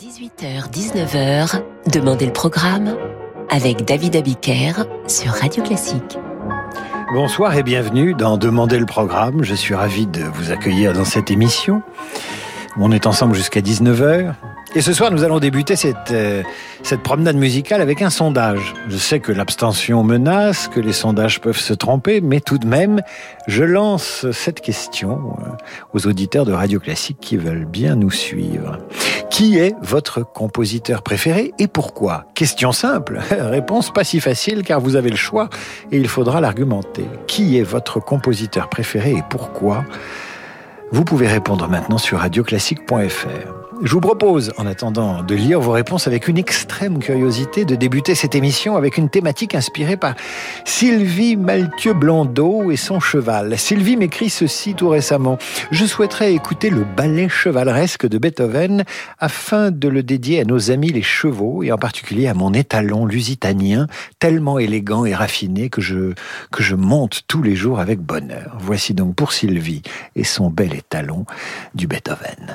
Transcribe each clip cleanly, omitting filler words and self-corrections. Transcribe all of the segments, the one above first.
18h-19h, Demandez le programme avec David Abiker sur Radio Classique. Bonsoir et bienvenue dans Demandez le programme. Je suis ravi de vous accueillir dans cette émission. On est ensemble jusqu'à 19h. Et ce soir, nous allons débuter cette promenade musicale avec un sondage. Je sais que l'abstention menace, que les sondages peuvent se tromper, mais tout de même, je lance cette question aux auditeurs de Radio Classique qui veulent bien nous suivre. Qui est votre compositeur préféré et pourquoi ? Question simple, réponse pas si facile car vous avez le choix et il faudra l'argumenter. Qui est votre compositeur préféré et pourquoi ? Vous pouvez répondre maintenant sur radioclassique.fr. Je vous propose, en attendant de lire vos réponses avec une extrême curiosité, de débuter cette émission avec une thématique inspirée par Sylvie Malthieu-Blondeau et son cheval. Sylvie m'écrit ceci tout récemment. Je souhaiterais écouter le ballet chevaleresque de Beethoven afin de le dédier à nos amis les chevaux et en particulier à mon étalon lusitanien, tellement élégant et raffiné que je monte tous les jours avec bonheur. Voici donc pour Sylvie et son bel étalon du Beethoven.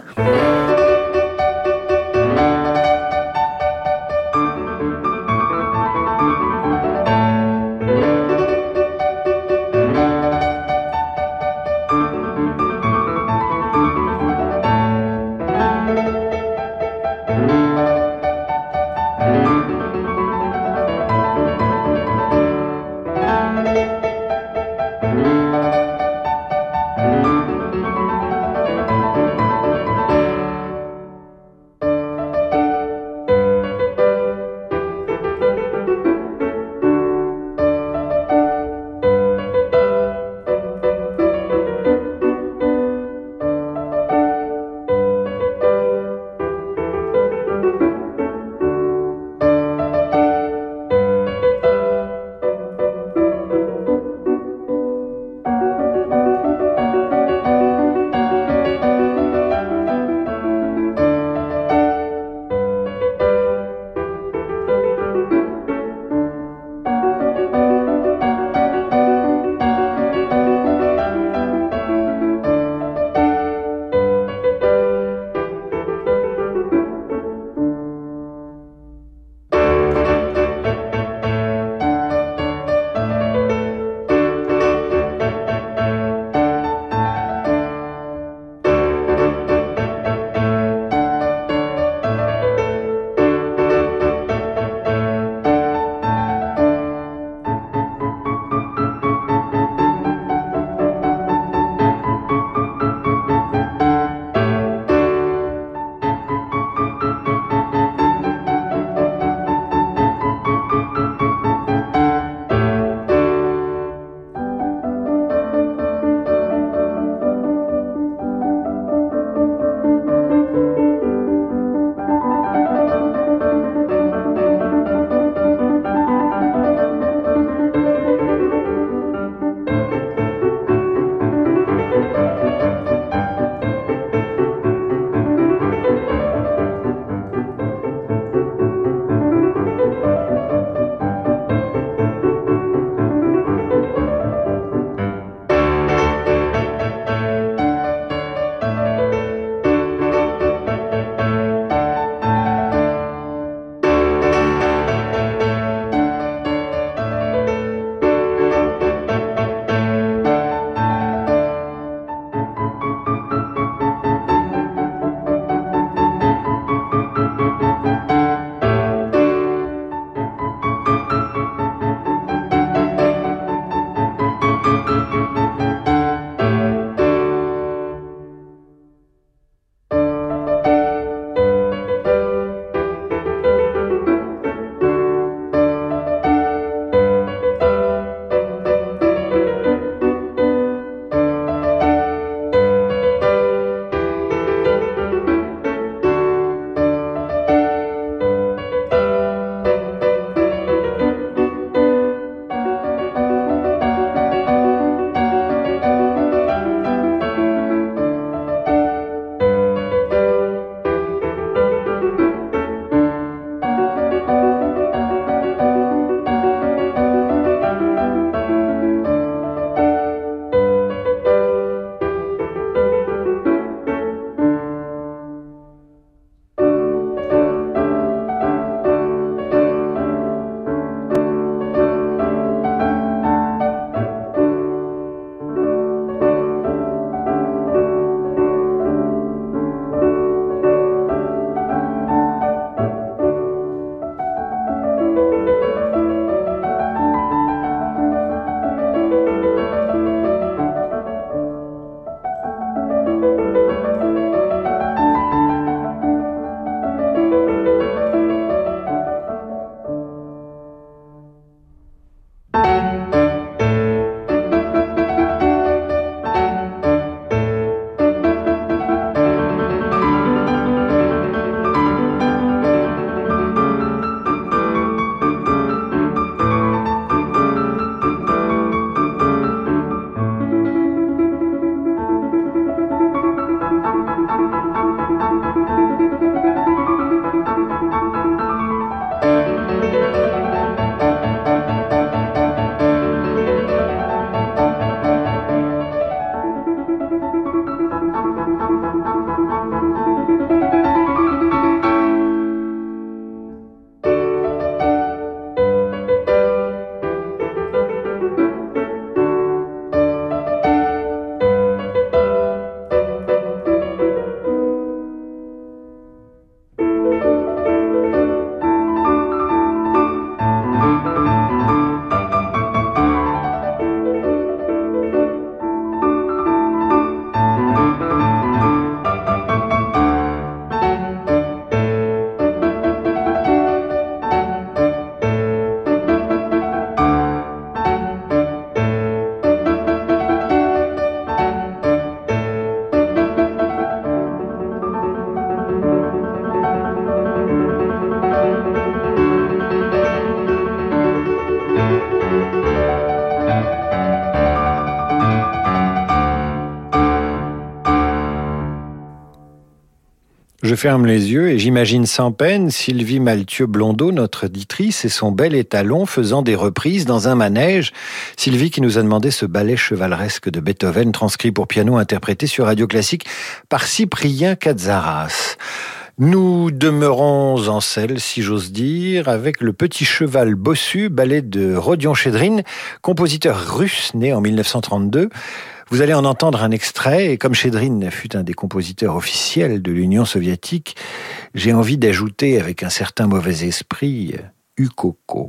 ferme les yeux et j'imagine sans peine Sylvie Malthieu-Blondeau, notre auditrice, et son bel étalon faisant des reprises dans un manège. Sylvie qui nous a demandé ce ballet chevaleresque de Beethoven, transcrit pour piano, interprété sur Radio Classique par Cyprien Katsaras. Nous demeurons en selle, si j'ose dire, avec Le Petit Cheval Bossu, ballet de Rodion Chedrine, compositeur russe né en 1932. Vous allez en entendre un extrait, et comme Chedrine fut un des compositeurs officiels de l'Union soviétique, j'ai envie d'ajouter avec un certain mauvais esprit, Ukoko.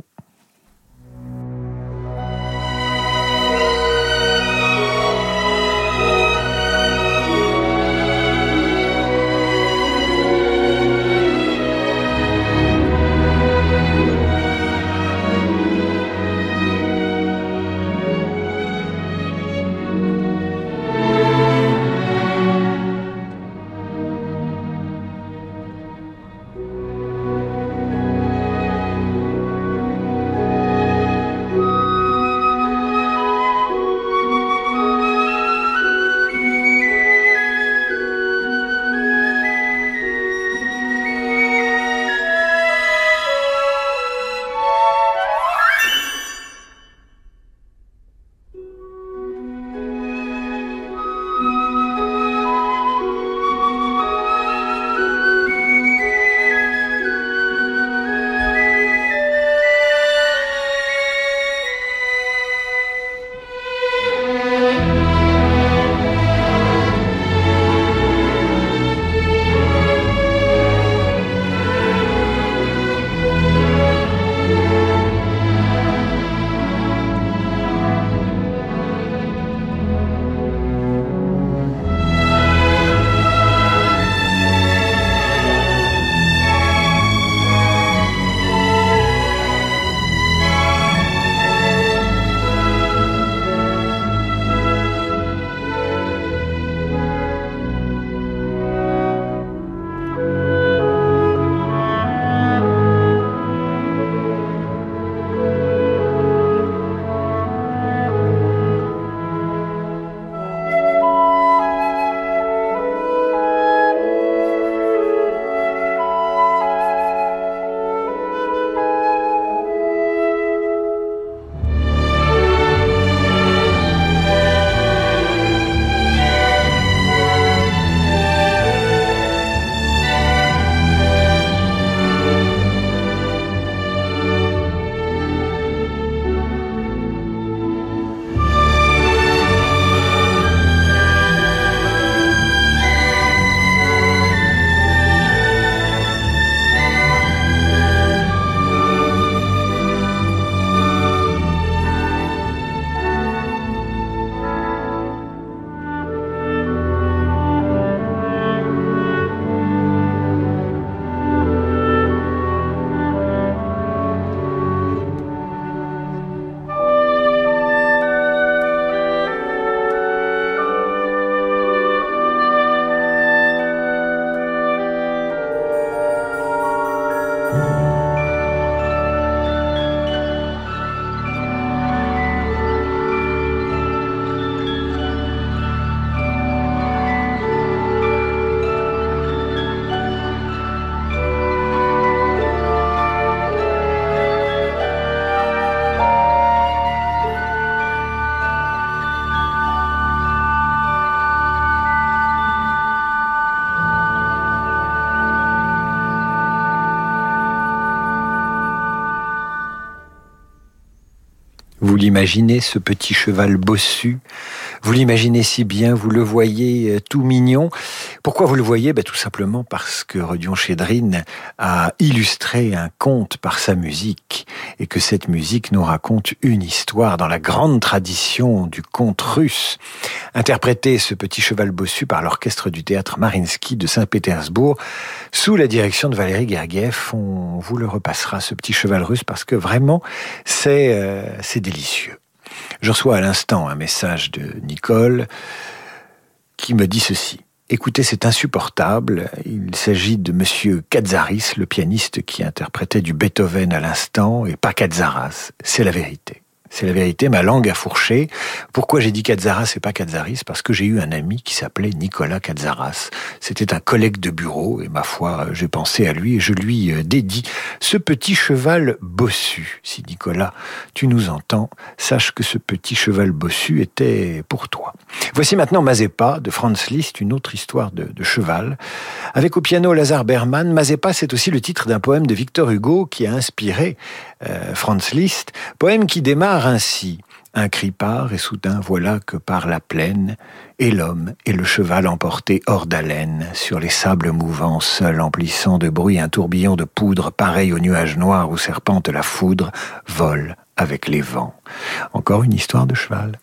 Vous l'imaginez, ce petit cheval bossu. Vous l'imaginez si bien, vous le voyez tout mignon. Pourquoi vous le voyez ? Tout simplement parce que Rodion Chedrine a illustré un conte par sa musique et que cette musique nous raconte une histoire dans la grande tradition du conte russe. Interprété ce petit cheval bossu par l'orchestre du théâtre Mariinsky de Saint-Pétersbourg sous la direction de Valéry Gergiev. On vous le repassera, ce petit cheval russe, parce que vraiment c'est délicieux. Je reçois à l'instant un message de Nicole qui me dit ceci. Écoutez, c'est insupportable. Il s'agit de monsieur Katsaris, le pianiste qui interprétait du Beethoven à l'instant, et pas Katsaras. C'est la vérité. C'est la vérité, ma langue a fourché. Pourquoi j'ai dit Katsaras et pas Katsaris? Parce que j'ai eu un ami qui s'appelait Nicolas Katsaras. C'était un collègue de bureau et ma foi, j'ai pensé à lui et je lui dédie ce petit cheval bossu. Si Nicolas, tu nous entends, sache que ce petit cheval bossu était pour toi. Voici maintenant Mazeppa de Franz Liszt, une autre histoire de cheval. Avec au piano Lazare Berman, Mazeppa, c'est aussi le titre d'un poème de Victor Hugo qui a inspiré Franz Liszt, poème qui démarre ainsi. Un cri part et soudain voilà que par la plaine, et l'homme et le cheval emportés hors d'haleine, sur les sables mouvants, seul emplissant de bruit un tourbillon de poudre, pareil au nuage noir où serpente la foudre, vole avec les vents. Encore une histoire de cheval.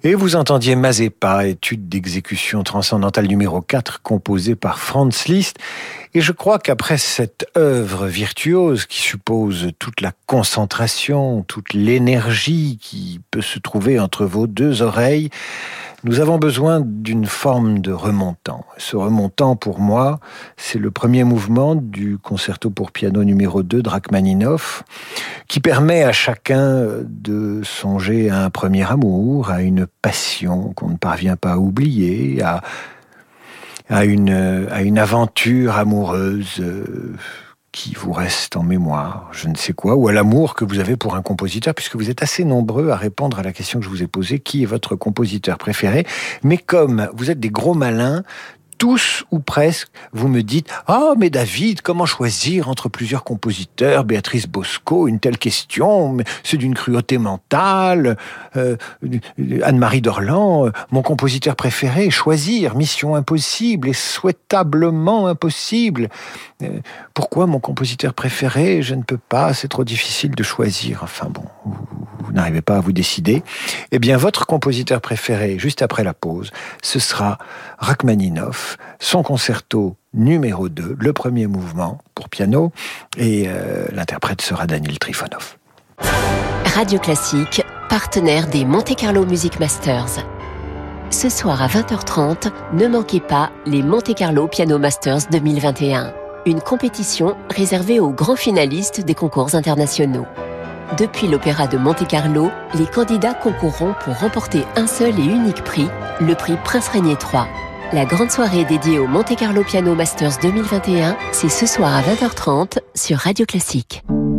Et vous entendiez Mazeppa, étude d'exécution transcendantale numéro 4, composée par Franz Liszt. Et je crois qu'après cette œuvre virtuose qui suppose toute la concentration, toute l'énergie qui peut se trouver entre vos deux oreilles, nous avons besoin d'une forme de remontant. Ce remontant, pour moi, c'est le premier mouvement du concerto pour piano numéro 2 de Rachmaninov, qui permet à chacun de songer à un premier amour, à une passion qu'on ne parvient pas à oublier, à une aventure amoureuse qui vous reste en mémoire, je ne sais quoi, ou à l'amour que vous avez pour un compositeur, puisque vous êtes assez nombreux à répondre à la question que je vous ai posée, qui est votre compositeur préféré? Mais comme vous êtes des gros malins, tous ou presque, vous me dites « Ah, mais David, comment choisir entre plusieurs compositeurs? Béatrice Bosco, une telle question, c'est d'une cruauté mentale. Anne-Marie Dorland, mon compositeur préféré, choisir, mission impossible et souhaitablement impossible. Pourquoi mon compositeur préféré? Je ne peux pas, c'est trop difficile de choisir. Enfin bon, vous n'arrivez pas à vous décider. Eh bien, votre compositeur préféré, juste après la pause, ce sera Rachmaninov, son concerto numéro 2, le premier mouvement pour piano, et l'interprète sera Daniel Trifonov. Radio Classique, partenaire des Monte Carlo Music Masters. Ce soir à 20h30, ne manquez pas les Monte Carlo Piano Masters 2021. Une compétition réservée aux grands finalistes des concours internationaux. Depuis l'Opéra de Monte-Carlo, les candidats concourront pour remporter un seul et unique prix, le prix Prince Régnier III. La grande soirée dédiée au Monte-Carlo Piano Masters 2021, c'est ce soir à 20h30 sur Radio Classique.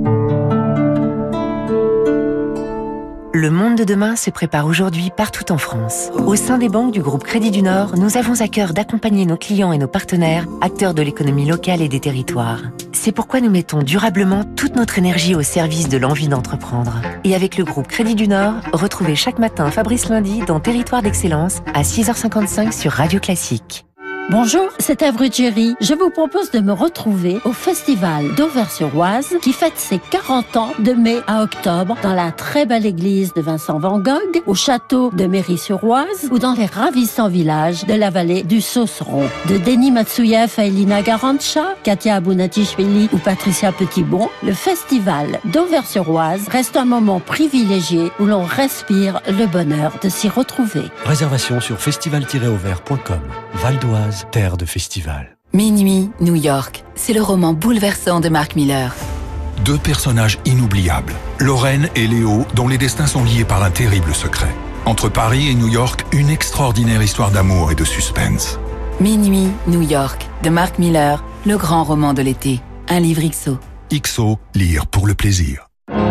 Le monde de demain se prépare aujourd'hui partout en France. Au sein des banques du groupe Crédit du Nord, nous avons à cœur d'accompagner nos clients et nos partenaires, acteurs de l'économie locale et des territoires. C'est pourquoi nous mettons durablement toute notre énergie au service de l'envie d'entreprendre. Et avec le groupe Crédit du Nord, retrouvez chaque matin Fabrice Lundy dans Territoire d'Excellence à 6h55 sur Radio Classique. Bonjour, c'est Ève Ruggieri. Je vous propose de me retrouver au Festival d'Auvers-sur-Oise qui fête ses 40 ans de mai à octobre dans la très belle église de Vincent Van Gogh, au château de Méry-sur-Oise ou dans les ravissants villages de la vallée du Sauceron. De Denis Matsouyev à Elina Garancha, Katia Abunatishvili ou Patricia Petitbon, le Festival d'Auvers-sur-Oise reste un moment privilégié où l'on respire le bonheur de s'y retrouver. Réservation sur festival-auvers.com. Val d'Oise, terre de festival. Minuit, New York, c'est le roman bouleversant de Mark Miller. Deux personnages inoubliables, Lorraine et Léo, dont les destins sont liés par un terrible secret. Entre Paris et New York, une extraordinaire histoire d'amour et de suspense. Minuit, New York, de Mark Miller, le grand roman de l'été. Un livre XO. XO, lire pour le plaisir.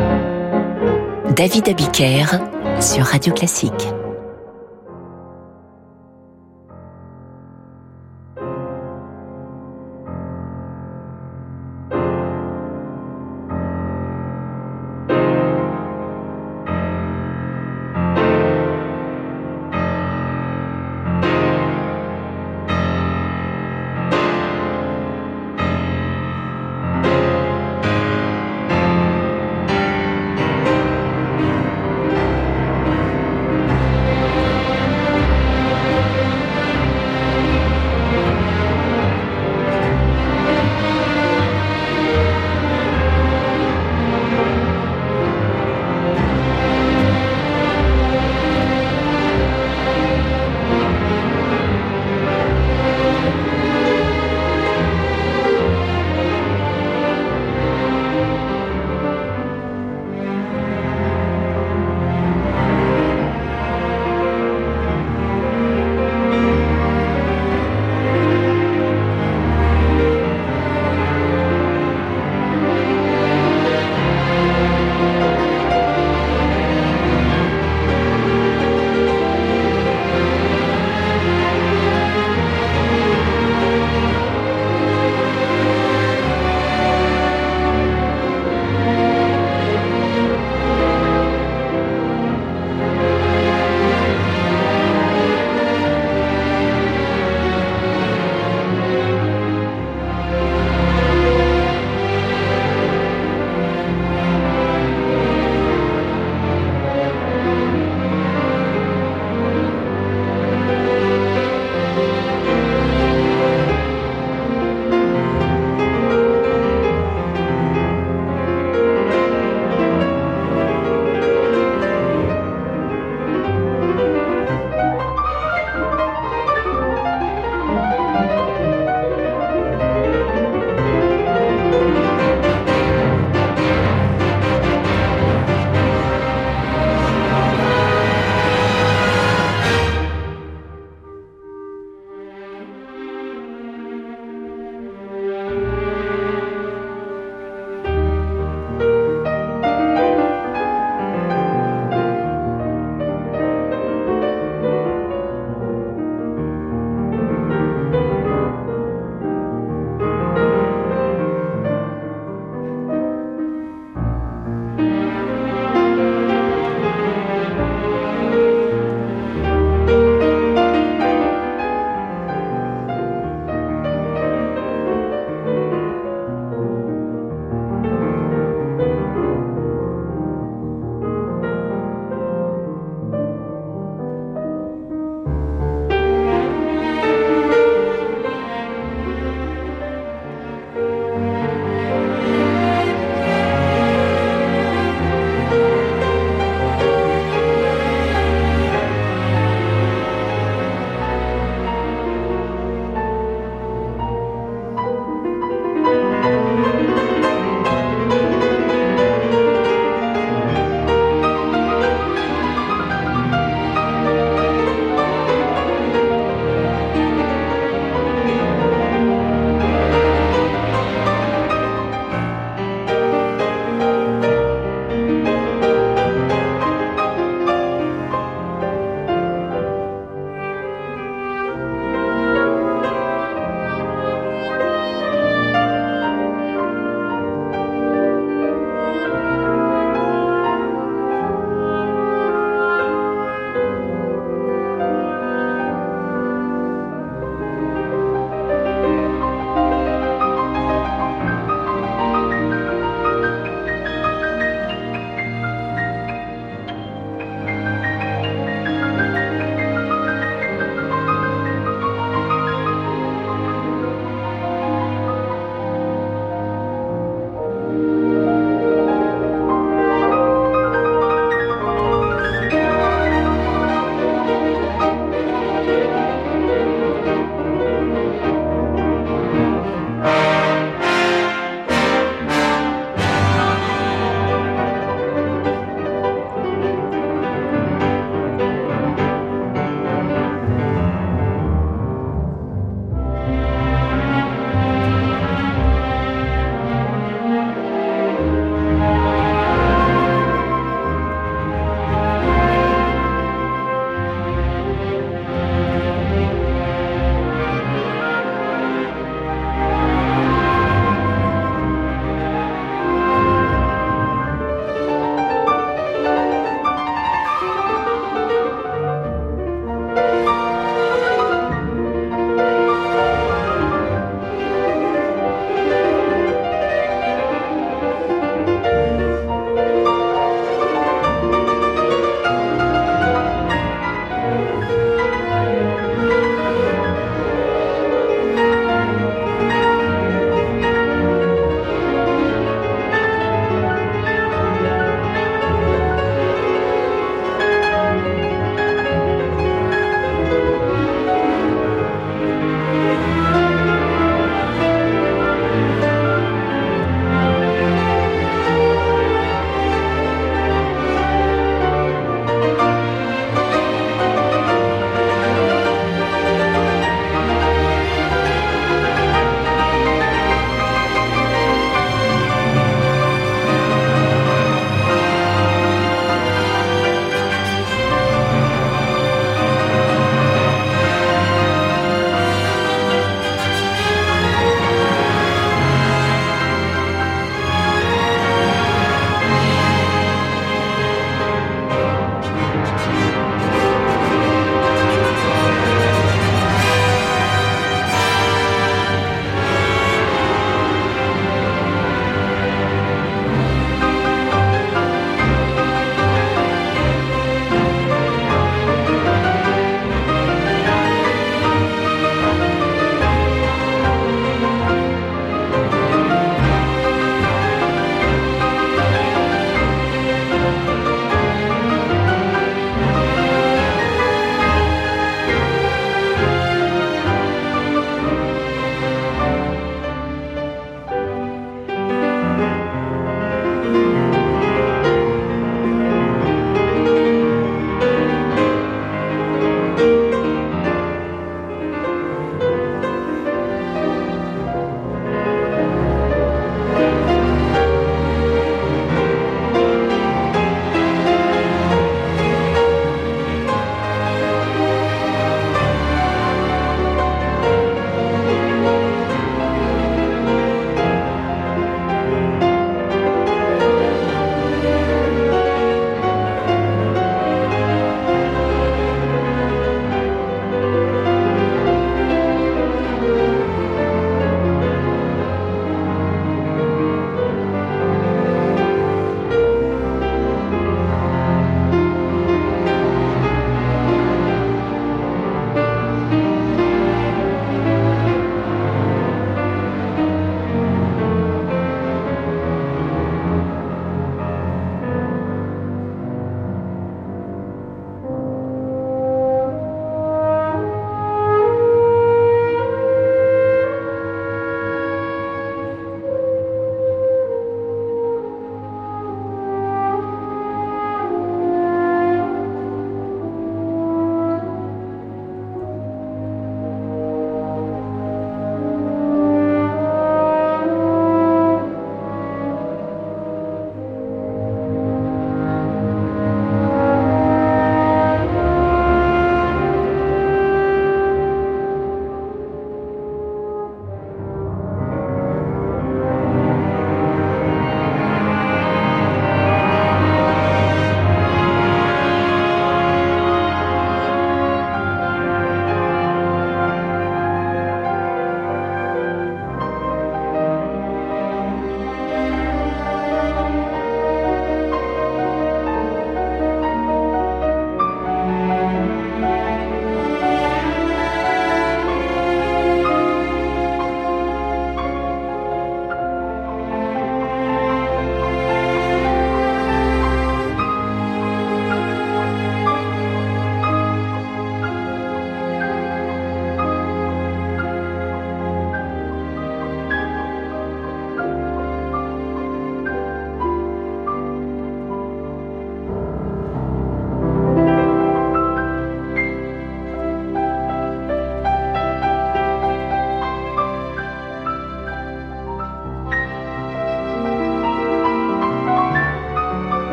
David Abiker sur Radio Classique.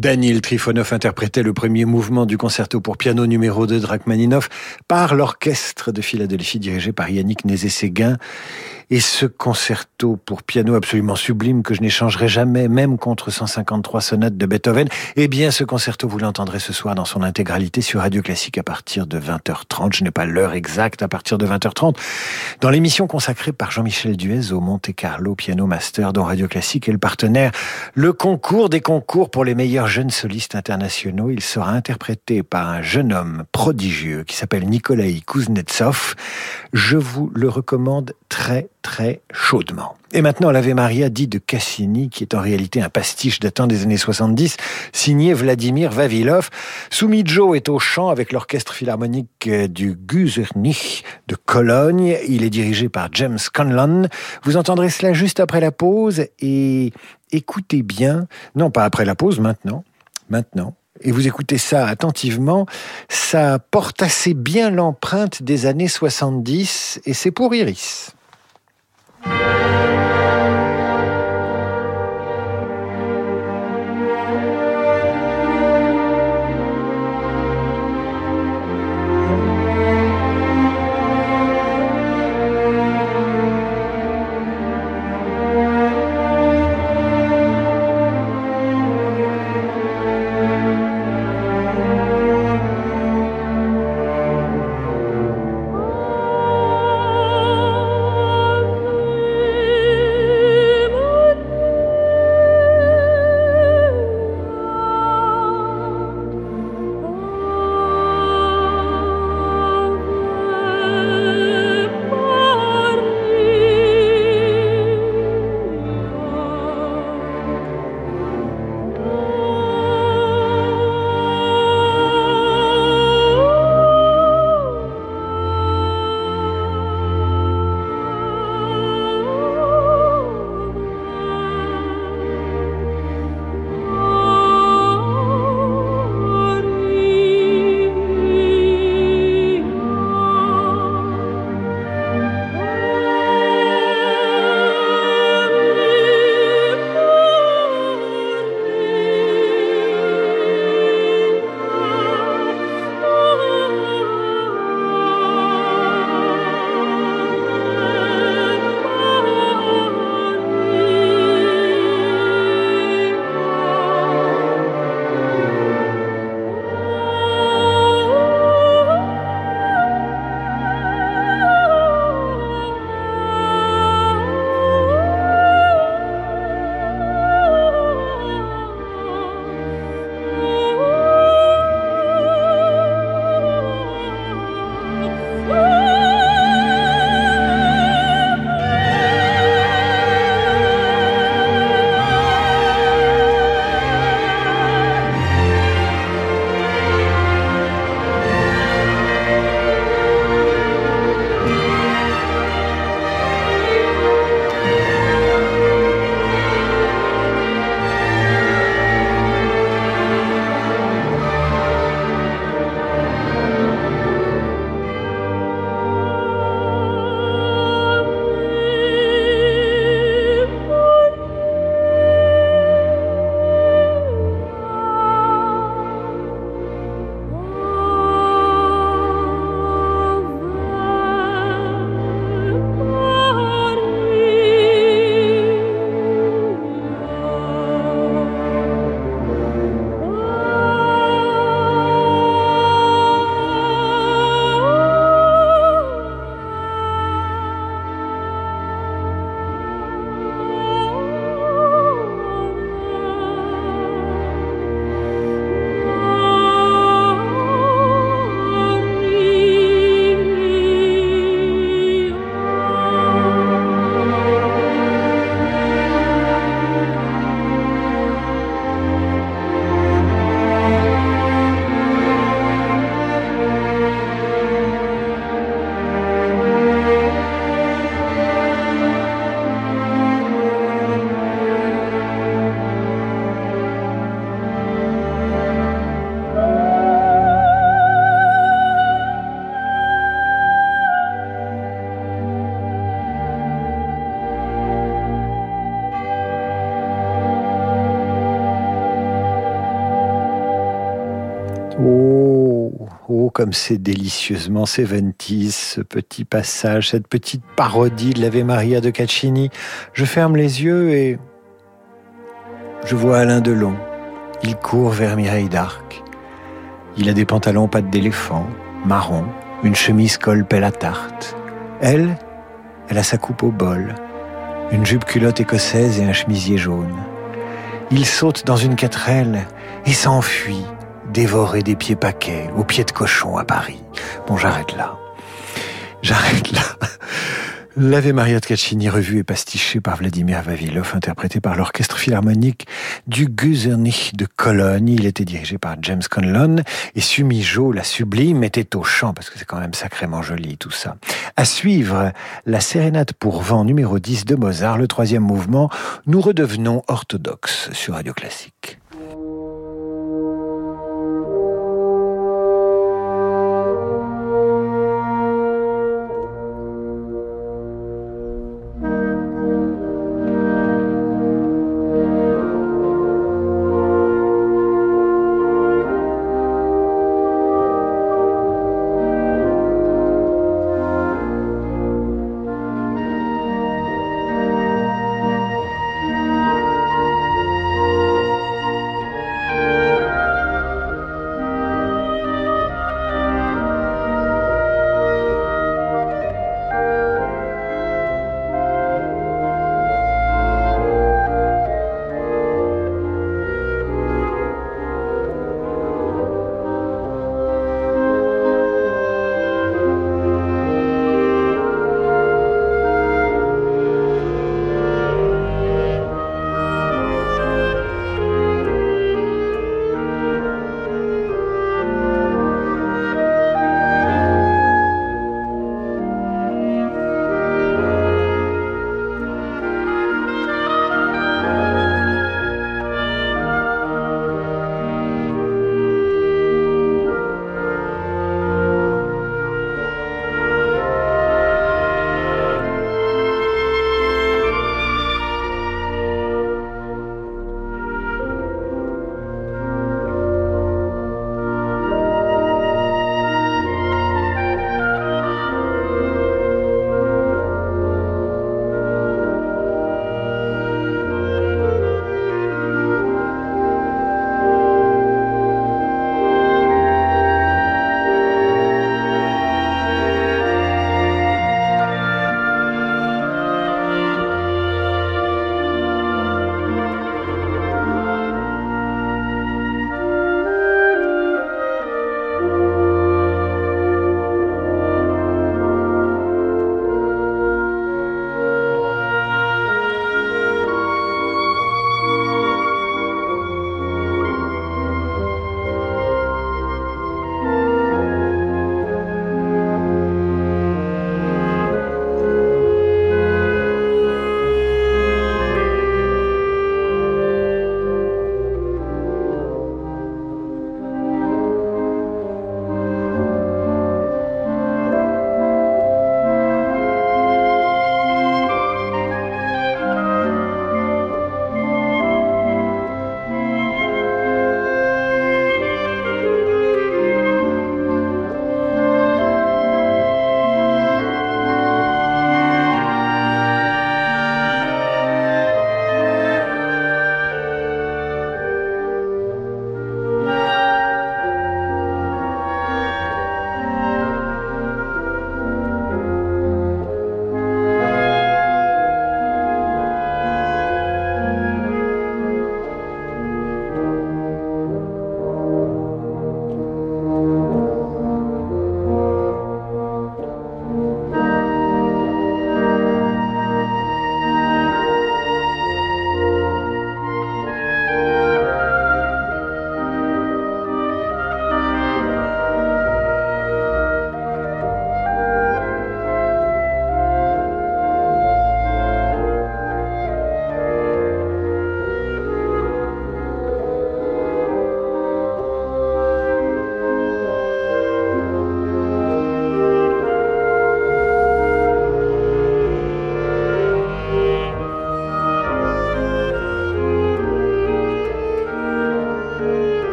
Daniil Trifonov interprétait le premier mouvement du concerto pour piano numéro 2 de Rachmaninoff par l'orchestre de Philadelphie dirigé par Yannick Nézet-Séguin. Et ce concerto pour piano absolument sublime que je n'échangerai jamais, même contre 153 sonates de Beethoven, eh bien ce concerto, vous l'entendrez ce soir dans son intégralité sur Radio Classique à partir de 20h30. Je n'ai pas l'heure exacte, à partir de 20h30, dans l'émission consacrée par Jean-Michel Duez au Monte Carlo Piano Master, dont Radio Classique est le partenaire. Le concours des concours pour les meilleurs jeunes solistes internationaux, il sera interprété par un jeune homme prodigieux qui s'appelle Nikolaï Kuznetsov. Je vous le recommande très chaudement. Et maintenant, l'Ave Maria dit de Cassini, qui est en réalité un pastiche datant des années 70, signé Vladimir Vavilov. Soumidjo est au chant avec l'orchestre philharmonique du Guzernich de Cologne. Il est dirigé par James Conlon. Vous entendrez cela juste après la pause et écoutez bien. Non, pas après la pause, maintenant. Et vous écoutez ça attentivement, ça porte assez bien l'empreinte des années 70 et c'est pour Iris. Oh, comme c'est délicieusement 70s, ce petit passage, cette petite parodie de l'Ave Maria de Caccini. Je ferme les yeux et je vois Alain Delon. Il court vers Mireille d'Arc. Il a des pantalons pattes d'éléphant, marron, une chemise col pelle à tarte. Elle a sa coupe au bol, une jupe culotte écossaise et un chemisier jaune. Il saute dans une 4L et s'enfuit, dévoré des pieds paquets, aux pieds de cochon à Paris. Bon, j'arrête là. L'Ave Maria de Caccini, revue et pastichée par Vladimir Vavilov, interprété par l'Orchestre Philharmonique du Guzernich de Cologne. Il était dirigé par James Conlon et Sumijo, la sublime, était au chant, parce que c'est quand même sacrément joli tout ça. À suivre, la sérénade pour vent numéro 10 de Mozart, le 3e mouvement. Nous redevenons orthodoxes sur Radio Classique.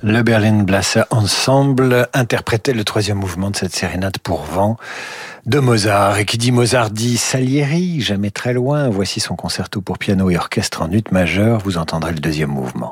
Le Berlin Bläser Ensemble interprétait le troisième mouvement de cette sérénade pour vent de Mozart. Et qui dit Mozart dit Salieri, jamais très loin. Voici son concerto pour piano et orchestre en ut majeur. Vous entendrez le deuxième mouvement.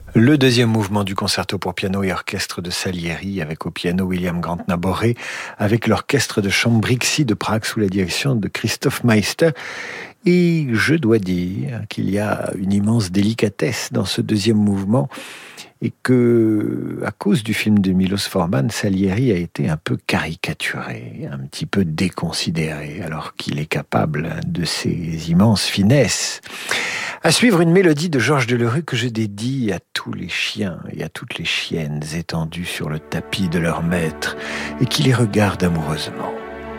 Le deuxième mouvement du concerto pour piano et orchestre de Salieri, avec au piano William Grant Naboré, avec l'orchestre de chambre Brixy de Prague sous la direction de Christoph Meister. Et je dois dire qu'il y a une immense délicatesse dans ce deuxième mouvement et que, à cause du film de Milos Forman, Salieri a été un peu caricaturé, un petit peu déconsidéré, alors qu'il est capable de ces immenses finesses. À suivre une mélodie de Georges Delerue que je dédie à tous les chiens et à toutes les chiennes étendus sur le tapis de leur maître et qui les regardent amoureusement.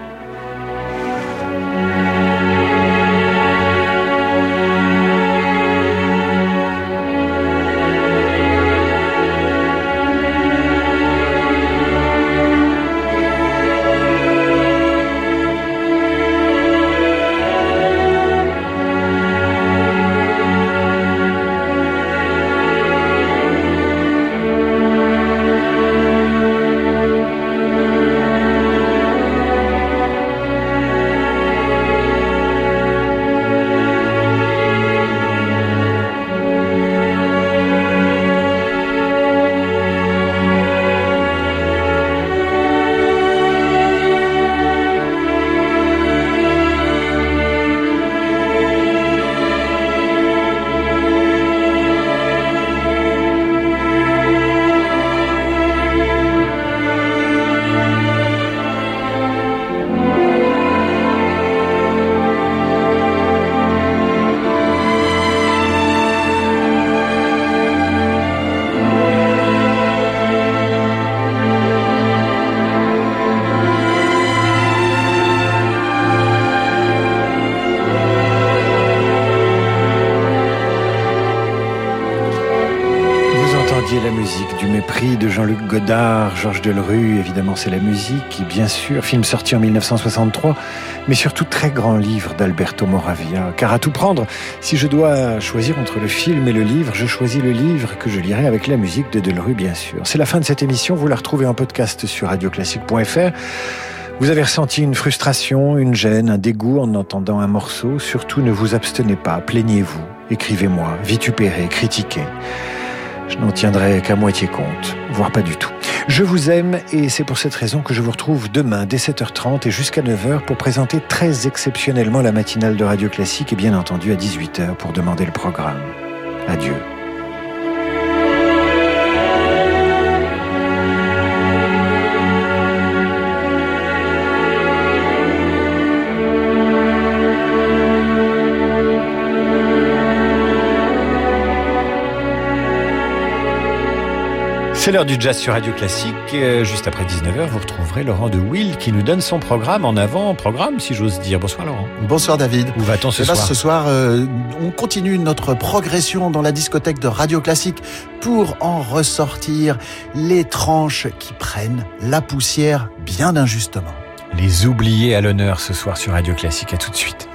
La musique du mépris de Jean-Luc Godard, Georges Delerue, évidemment c'est la musique, et bien sûr, film sorti en 1963, mais surtout très grand livre d'Alberto Moravia. Car à tout prendre, si je dois choisir entre le film et le livre, je choisis le livre que je lirai avec la musique de Delerue, bien sûr. C'est la fin de cette émission, vous la retrouvez en podcast sur radioclassique.fr. Vous avez ressenti une frustration, une gêne, un dégoût en entendant un morceau. Surtout ne vous abstenez pas, plaignez-vous, écrivez-moi, vitupérez, critiquez. Je n'en tiendrai qu'à moitié compte, voire pas du tout. Je vous aime et c'est pour cette raison que je vous retrouve demain dès 7h30 et jusqu'à 9h pour présenter très exceptionnellement la matinale de Radio Classique et bien entendu à 18h pour demander le programme. Adieu. C'est l'heure du jazz sur Radio Classique. Juste après 19h, vous retrouverez Laurent de Wiel qui nous donne son programme en avant-programme, si j'ose dire. Bonsoir Laurent. Bonsoir David. Où va-t-on ce soir ? Ce soir, on continue notre progression dans la discothèque de Radio Classique pour en ressortir les tranches qui prennent la poussière bien injustement. Les oubliés à l'honneur ce soir sur Radio Classique. À tout de suite.